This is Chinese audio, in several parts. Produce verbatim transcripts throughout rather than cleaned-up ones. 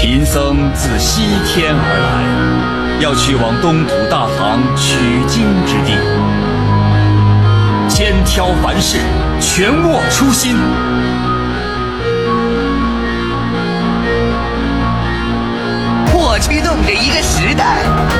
贫僧自西天而来，要去往东土大唐取经之地，千挑凡事，全握初心。 我驱动着一个时代。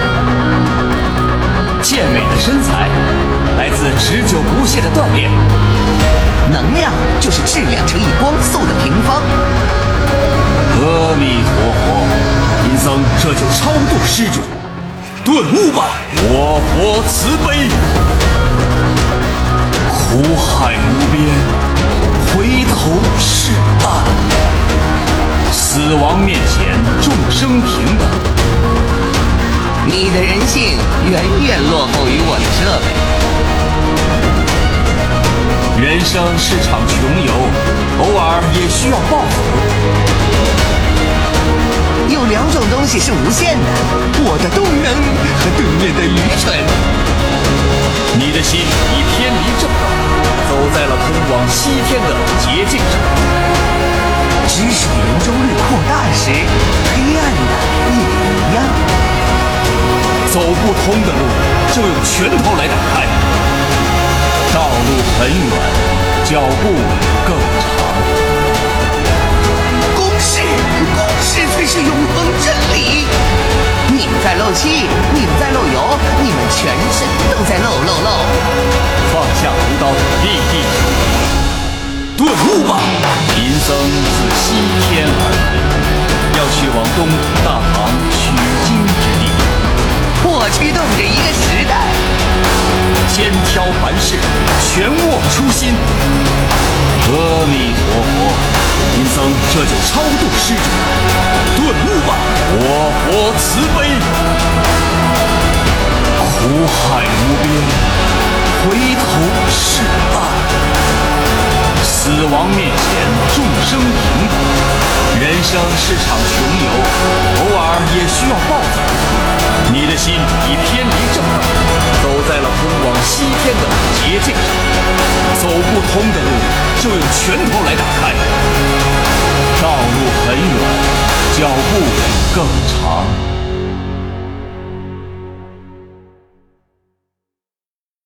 健美的身材来自持久不懈的锻炼， 能量就是质量乘以光速的平方。 阿弥陀佛，贫僧这就超度施主，顿悟吧，我佛慈悲。苦海无边，回头是岸。死亡面前，众生平等。 你的人性远远落后于我的设备。 人生是场穷游，偶尔也需要报复。 有两种东西是无限的，我的动能和对面的愚蠢。 你的心已偏离正道，走在了通往西天的捷径上。 知识圆周率扩大时，黑暗的也一样。 走不通的路，就用拳头来打开。道路很远，脚步更长。 公式，公式才是永恒真理。你们在漏气，你们在漏油，你们全身都在漏漏漏。 放下屠刀，立地成佛，顿悟吧！贫僧自西天而来，要去往东土大唐取经之地。 我驱动着一个时代， 千挑凡事，全握初心。阿弥陀佛，贫僧这就超度施主，顿悟吧，我佛慈悲。苦海无边，回头是岸。死亡面前，众生平等。人生是场穷游，偶尔也需要报复。你的心已偏离正道，走在了通往西天的捷径上。走不通的路，就用拳头来打开。道路很远，脚步更长。